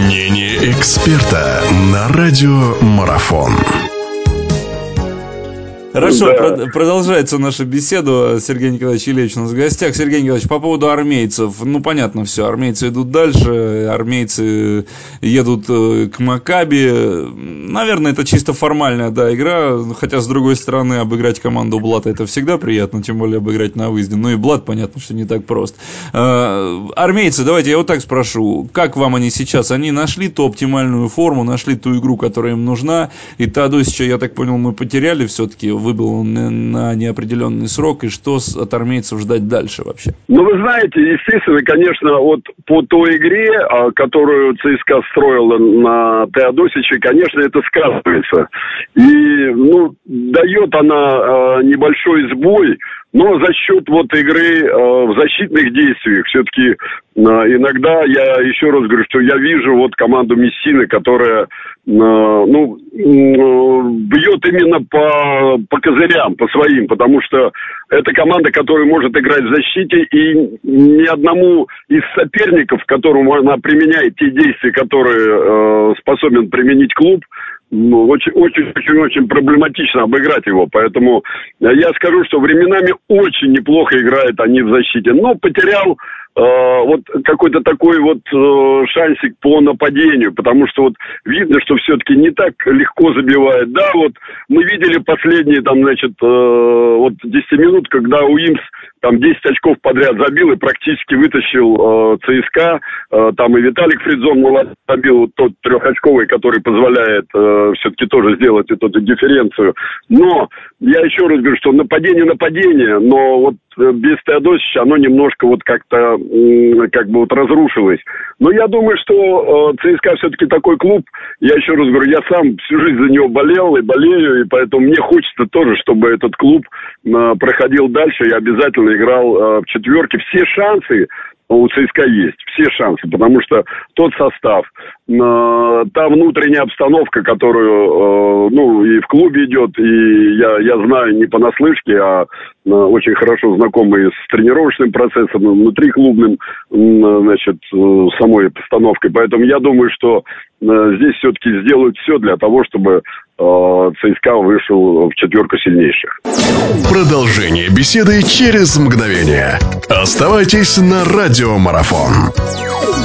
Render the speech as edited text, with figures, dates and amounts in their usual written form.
Мнение эксперта на радио Марафон. Хорошо, продолжается наша беседа. Сергей Николаевич Ильич у нас в гостях. Сергей Николаевич, по поводу армейцев. Ну, понятно все, армейцы идут дальше, армейцы едут к Маккаби. Наверное, это чисто формальная, игра. Хотя, с другой стороны, обыграть команду Блата — это всегда приятно, тем более обыграть на выезде. Ну и Блат, понятно, что не так просто. Армейцы, давайте я вот так спрошу. Как вам они сейчас? Они нашли ту оптимальную форму, нашли ту игру, которая им нужна? И Теодосича, я так понял, мы потеряли все-таки, выбыл он на неопределенный срок, и что от армейцев ждать дальше вообще? Ну, вы знаете, естественно, конечно, вот по той игре, которую ЦСКА строила на Теодосиче, конечно, это сказывается. И, дает она небольшой сбой, но за счет вот игры в защитных действиях все-таки иногда, я еще раз говорю, что я вижу вот команду Мессины, которая бьет именно по козырям, по своим, потому что это команда, которая может играть в защите, и ни одному из соперников, которому она применяет те действия, которые способен применить клуб, очень проблематично обыграть его. Поэтому я скажу, что временами очень неплохо играют они в защите. Но потерял вот какой-то такой вот шансик по нападению, потому что вот видно, что все-таки не так легко забивает. Да, вот мы видели последние там, вот 10 минут, когда Уимс там 10 очков подряд забил и практически вытащил ЦСКА. Там и Виталик Фридзон забил вот тот трехочковый, который позволяет все-таки тоже сделать эту дифференцию. Но я еще раз говорю, что нападение, но вот без Теодосича оно немножко вот как-то разрушилось. Но я думаю, что ЦСКА все-таки такой клуб. Я еще раз говорю, я сам всю жизнь за него болел и болею, и поэтому мне хочется тоже, чтобы этот клуб проходил дальше и обязательно играл в четверке. Все шансы у ЦСКА есть, все шансы, потому что тот состав, та внутренняя обстановка, которую, и в клубе идет, и я знаю не понаслышке, а очень хорошо знакомый с тренировочным процессом, внутриклубным, самой постановкой. Поэтому я думаю, что здесь все-таки сделают все для того, чтобы ЦСКА вышел в четверку сильнейших. Продолжение беседы через мгновение. Оставайтесь на радио Марафон.